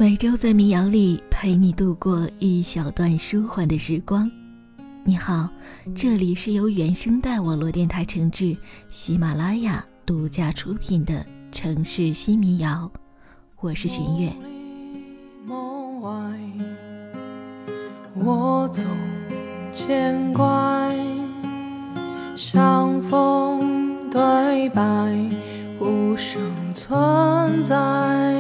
每周在民谣里陪你度过一小段舒缓的时光。你好，这里是由原声带网络电台承制，喜马拉雅独家出品的城市新民谣，我是弦月。 梦外我总见怪，相逢对白无声存在。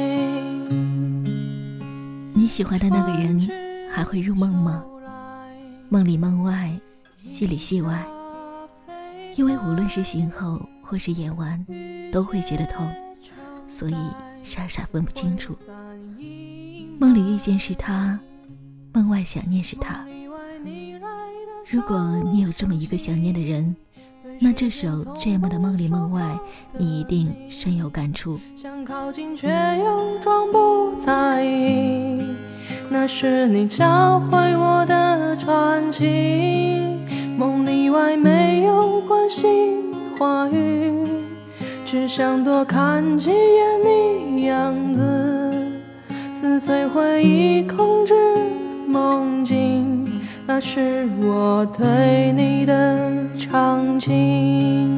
你喜欢的那个人还会入梦吗？梦里梦外，戏里戏外，因为无论是醒后或是演完都会觉得痛，所以傻傻分不清楚。梦里遇见是他，梦外想念是他。如果你有这么一个想念的人，那这首 Jam 的梦里梦外你一定深有感触。 想靠近却又装不在意，那是你教会我的传奇。梦里外没有关系话语，只想多看几眼你样子，撕碎回忆控制梦境，那是我对你的长情。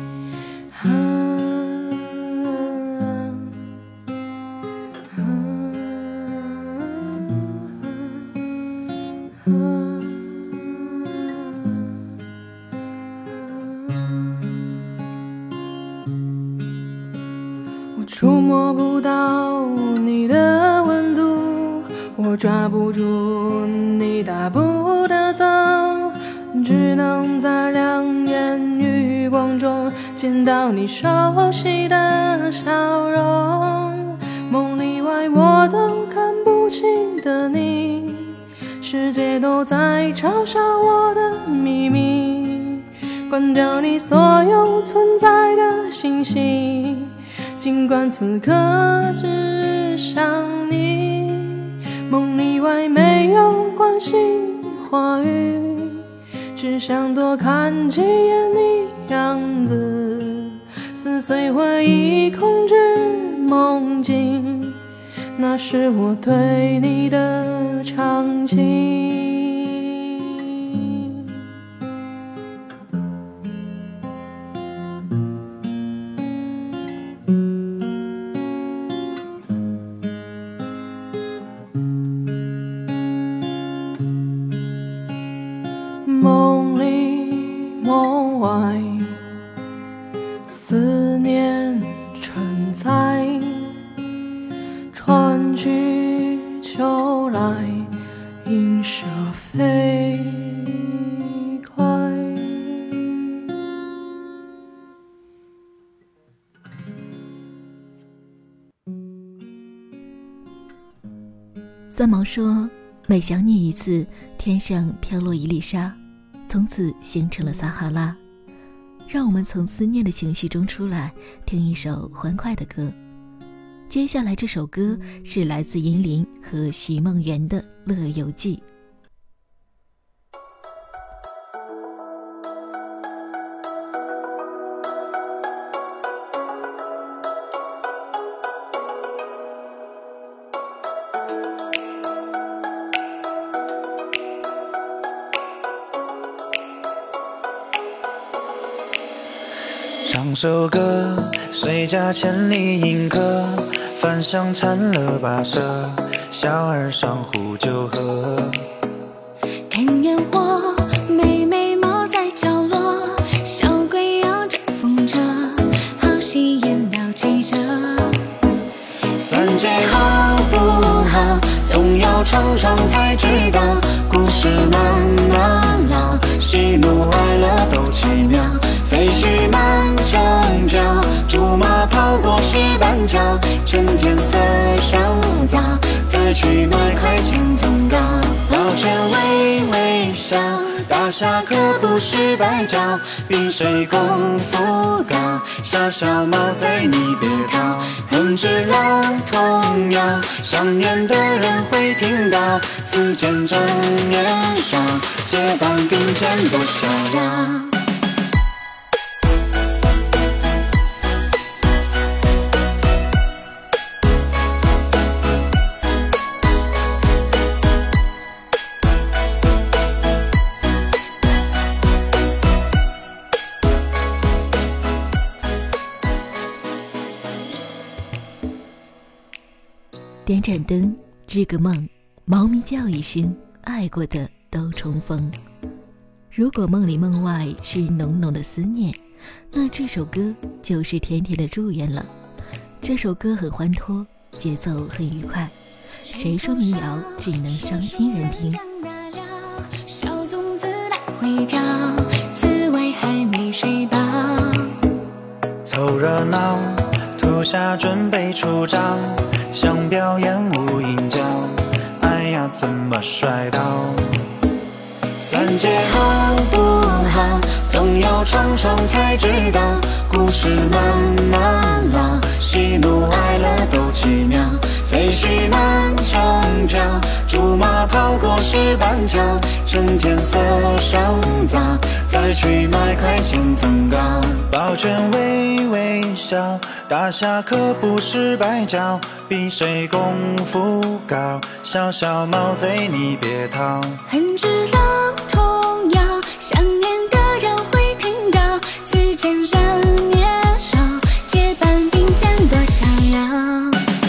我触摸不到你的温度，我抓不住你大步的走，只能在两眼余光中见到你熟悉的笑容。梦里外我都看不清的你，世界都在嘲笑我的秘密，关掉你所有存在的信息，尽管此刻只想你。梦里外没有关系话语，只想多看几眼你样子，撕碎回忆控制梦境，那是我对你的长情。梦里梦外，思念成灾，春去秋来，莺舍飞快。 三毛说，每想你一次，天上飘落一粒沙，从此形成了撒哈拉。让我们从思念的情绪中出来，听一首欢快的歌。接下来这首歌是来自银铃和徐梦圆的《乐游记》。 唱首歌，谁家千里迎客，饭香馋了跋涉，小儿上壶酒喝。 看烟火，妹妹猫在角落，小鬼摇着风车，好戏演到记者。 三句好不好，总要唱唱才知道，故事慢慢老，喜怒哀乐都奇妙，废墟满城飘，竹马跑过石板桥，趁天色尚早，再去买块卷宗糕。老臣微微笑，大侠可不是白教，比谁功夫高，小小毛贼你别逃，哼支老童谣，想念的人会听到，此卷正年少，结伴并肩多逍遥。 点盏灯，织个梦，猫咪叫一声，爱过的都重逢。如果梦里梦外是浓浓的思念，那这首歌就是甜甜的祝愿了。这首歌很欢脱，节奏很愉快，谁说民谣只能伤心人听？ 小粽子来回跳，滋味还没睡饱。 凑热闹，土下准备出招，想表演无影脚，哎呀怎么摔倒？ 三姐好不好？总要闯闯才知道。故事慢慢老，喜怒哀乐都奇妙。废墟满城飘，竹马跑过石板桥，趁天色尚早，再去买块千层糕。 抱拳微微笑，大侠可不是白叫，比谁功夫高，小小毛贼你别逃。 哼支老童谣，想念的人会听到，此间人年少，结伴并肩多逍遥。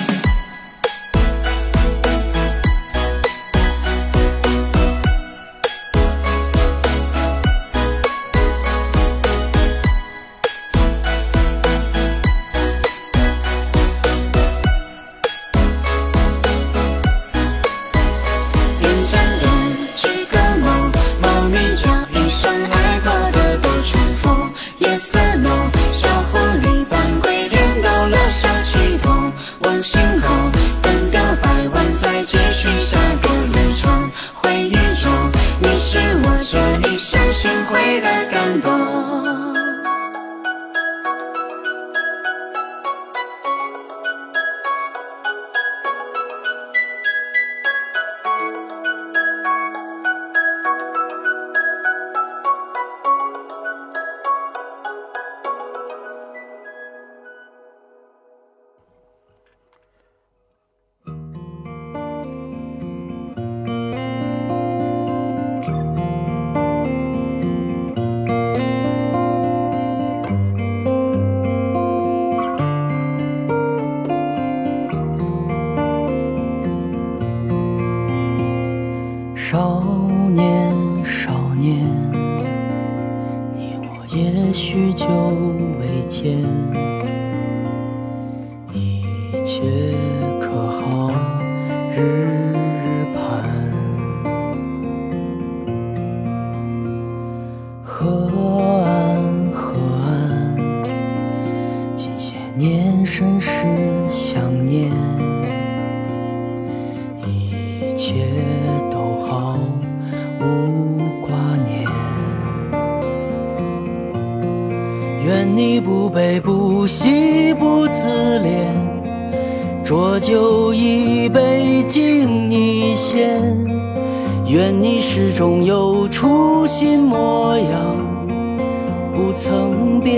心会的感动。 少年，少年，你我也许久未见，一切可好？日日盼。河岸，河岸，近些年甚是想念，一切都好，无挂念。愿你不悲不喜不自怜，浊酒一杯敬你先。愿你始终有初心模样，不曾变。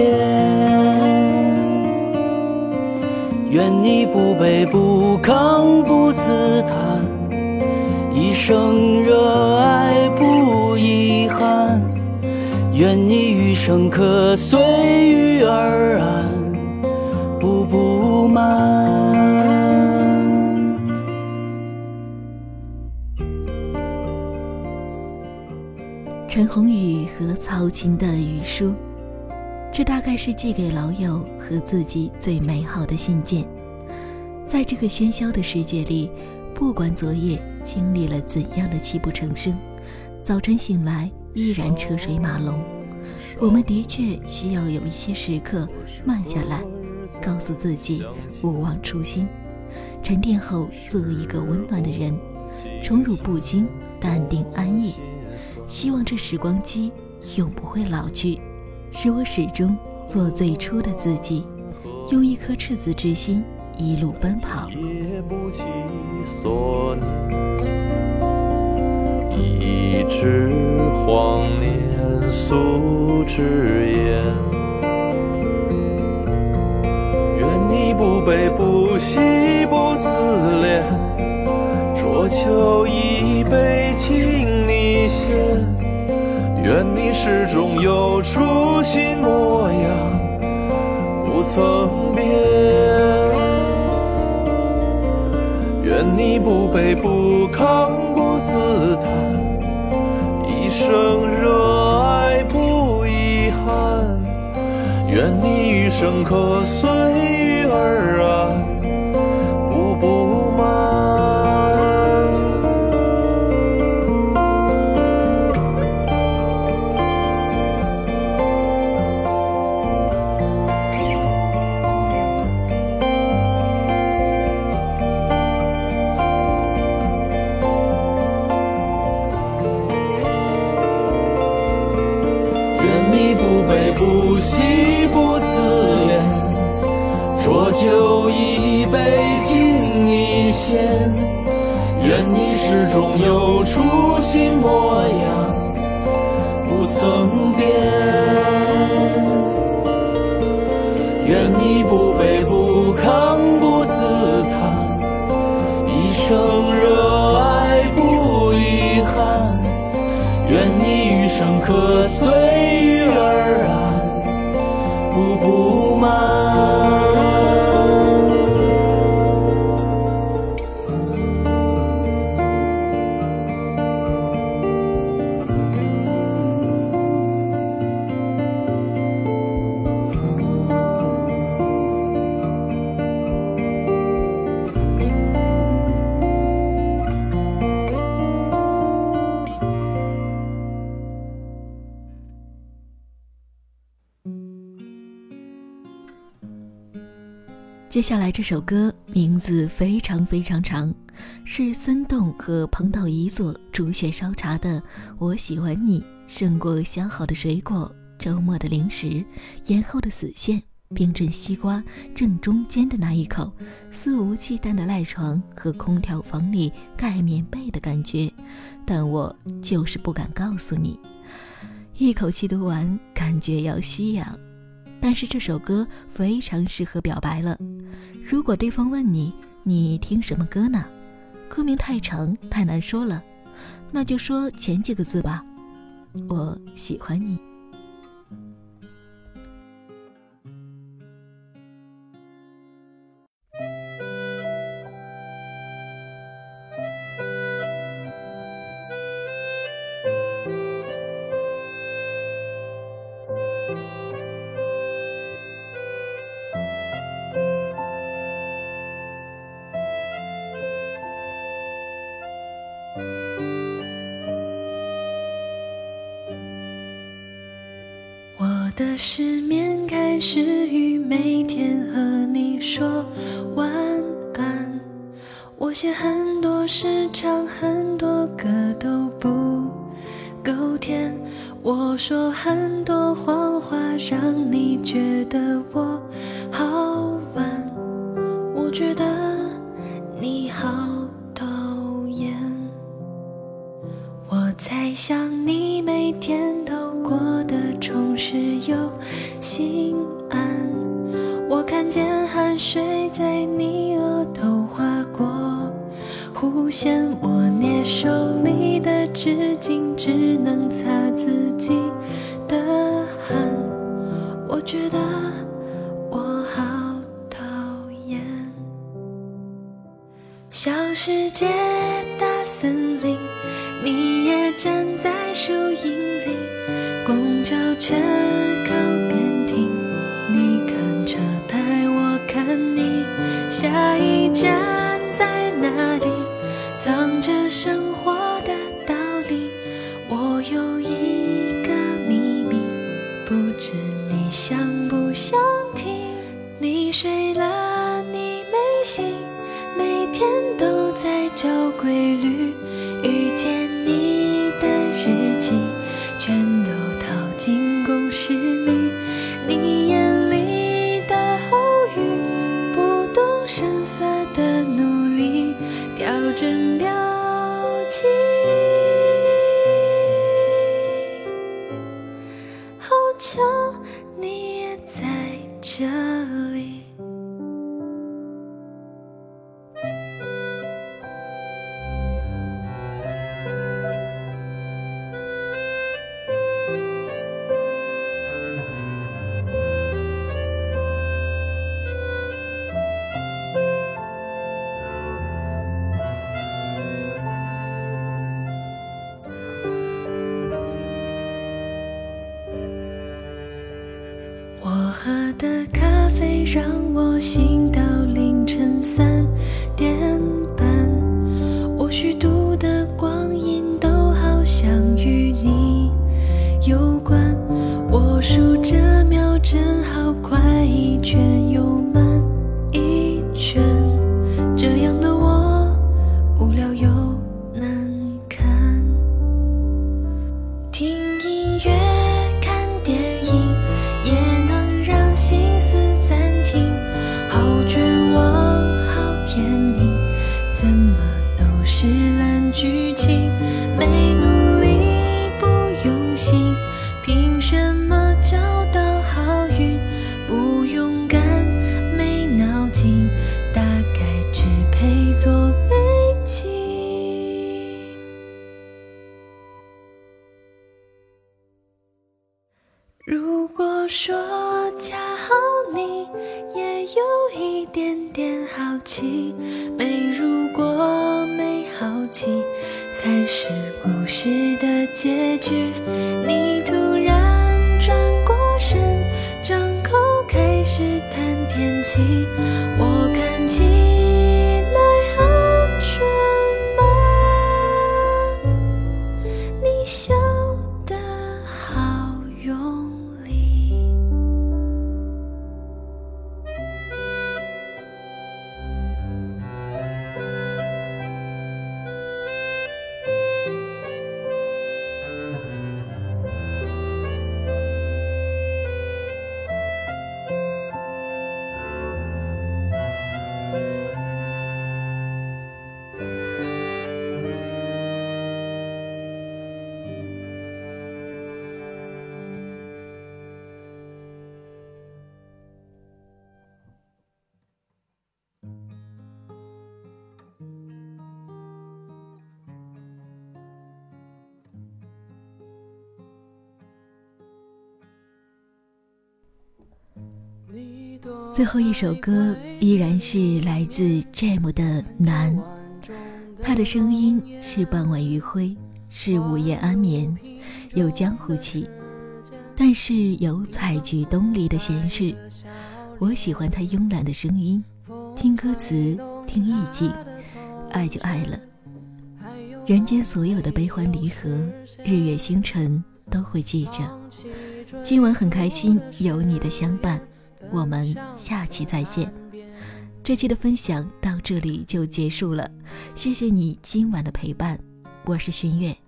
愿你不卑不亢不自叹，一生热爱不遗憾。愿你余生可随遇而安，不不满。 陈鸿宇和曹琴的语书，这大概是寄给老友和自己最美好的信件。在这个喧嚣的世界里，不管昨夜经历了怎样的泣不成声，早晨醒来依然车水马龙。我们的确需要有一些时刻慢下来，告诉自己勿忘初心，沉淀后做一个温暖的人，宠辱不惊，淡定安逸。希望这时光机永不会老去，使我始终做最初的自己，用一颗赤子之心一路奔跑。 也不及所念，一纸荒年素之言。愿你不悲不喜不自怜，浊酒一杯敬你先。愿你始终有初心模样，不曾变。愿不卑不亢不自叹，一生热爱不遗憾，愿你余生可随遇而安，步步慢。 不喜不自恋，浊酒一杯敬一仙，愿你始终有初心模样，不曾变。愿你不卑不亢不自叹，一生热爱不遗憾，愿你余生可随遇而安，步步慢。 接下来这首歌名字非常非常长，是孙栋和彭导遗作煮雪烧茶的《我喜欢你胜过削好的水果，周末的零食，延后的死线，冰镇西瓜正中间的那一口，肆无忌惮的赖床和空调房里盖棉被的感觉，但我就是不敢告诉你。一口气读完，感觉要吸氧。但是这首歌非常适合表白了。如果对方问你，你听什么歌呢？歌名太长太难说了，那就说前几个字吧，我喜欢你。 我的失眠开始于每天和你说晚安，我写很多诗唱很多歌都不够甜，我说很多谎话让你觉得我好玩，我觉得你好讨厌，我猜想你每天都过得充实又心安，我看见汗水在你额头划过弧线，我捏手里的纸巾只能擦自己的汗，我觉得我好讨厌。小世界大森林，你也站在树荫里，公交车靠边停，你看车牌我看你，下一站在哪里，藏着生活的道理，我有一个秘密，不知你想不想听。你睡了你没醒，每天都在找规律，遇见你的日记全都套进公式里，你眼里的后语，不动声色的努力，调整表情，好巧你也在这里。 我醒到凌晨3点半，我虚度的光阴都好像与你有关。我数着秒针，好快一圈又慢一圈，这样的我无聊又难看。听音乐看电影也能让心思暂停，好绝望好甜蜜，怎么都是烂剧情。没努力不用心，凭什么找到好运？不勇敢没脑筋，大概只配做背景。如果说恰好你也有一点点好奇，没如果没好奇才是故事的结局。你突然转过身，张口开始谈天气，我看起来很蠢吗？你笑得好用力。 最后一首歌依然是来自 Jam 的《难》，他的声音是傍晚余晖，是午夜安眠，有江湖气，但是有采菊东篱的闲适。我喜欢他慵懒的声音，听歌词，听意境，爱就爱了。人间所有的悲欢离合，日月星辰都会记着。今晚很开心有你的相伴，我们下期再见。这期的分享到这里就结束了，谢谢你今晚的陪伴，我是寻月。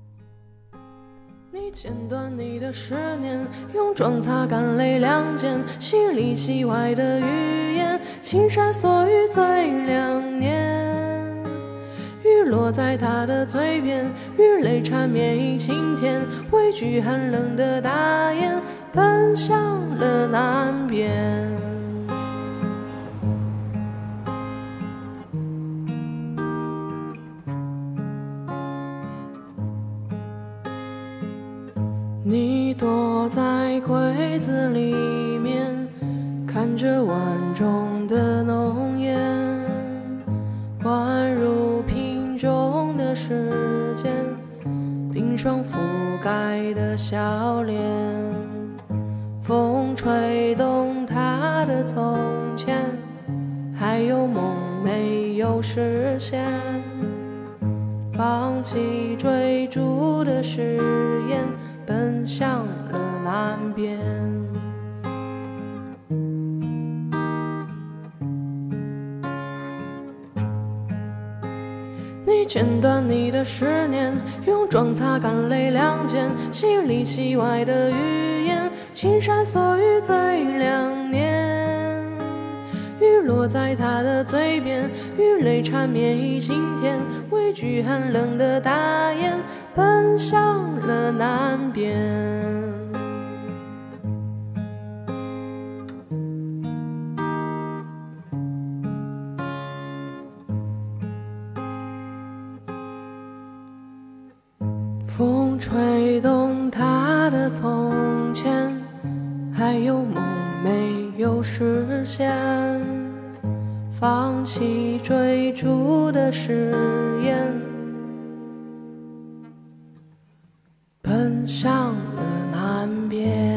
你剪断你的思念，用妆擦干泪两肩，戏里戏外的语言，青山锁于最两年。雨落在他的嘴边，雨泪缠绵于晴天，畏惧寒冷的大雁，奔向了南边。你躲在柜子里面，看着碗中的浓烟，灌入瓶中的时间，冰霜覆盖的笑脸，风吹动他的从前，还有梦没有实现，放弃追逐的誓言，奔向了南边。你剪断你的思念，用妆擦干泪两肩，戏里戏外的语言，青山锁于最两年。雨落在他的嘴边，雨泪缠绵于晴天，畏惧寒冷的大雁，奔向了南边。风吹动他的从前，还有梦没有实现，放弃追逐的誓言，奔向了南边。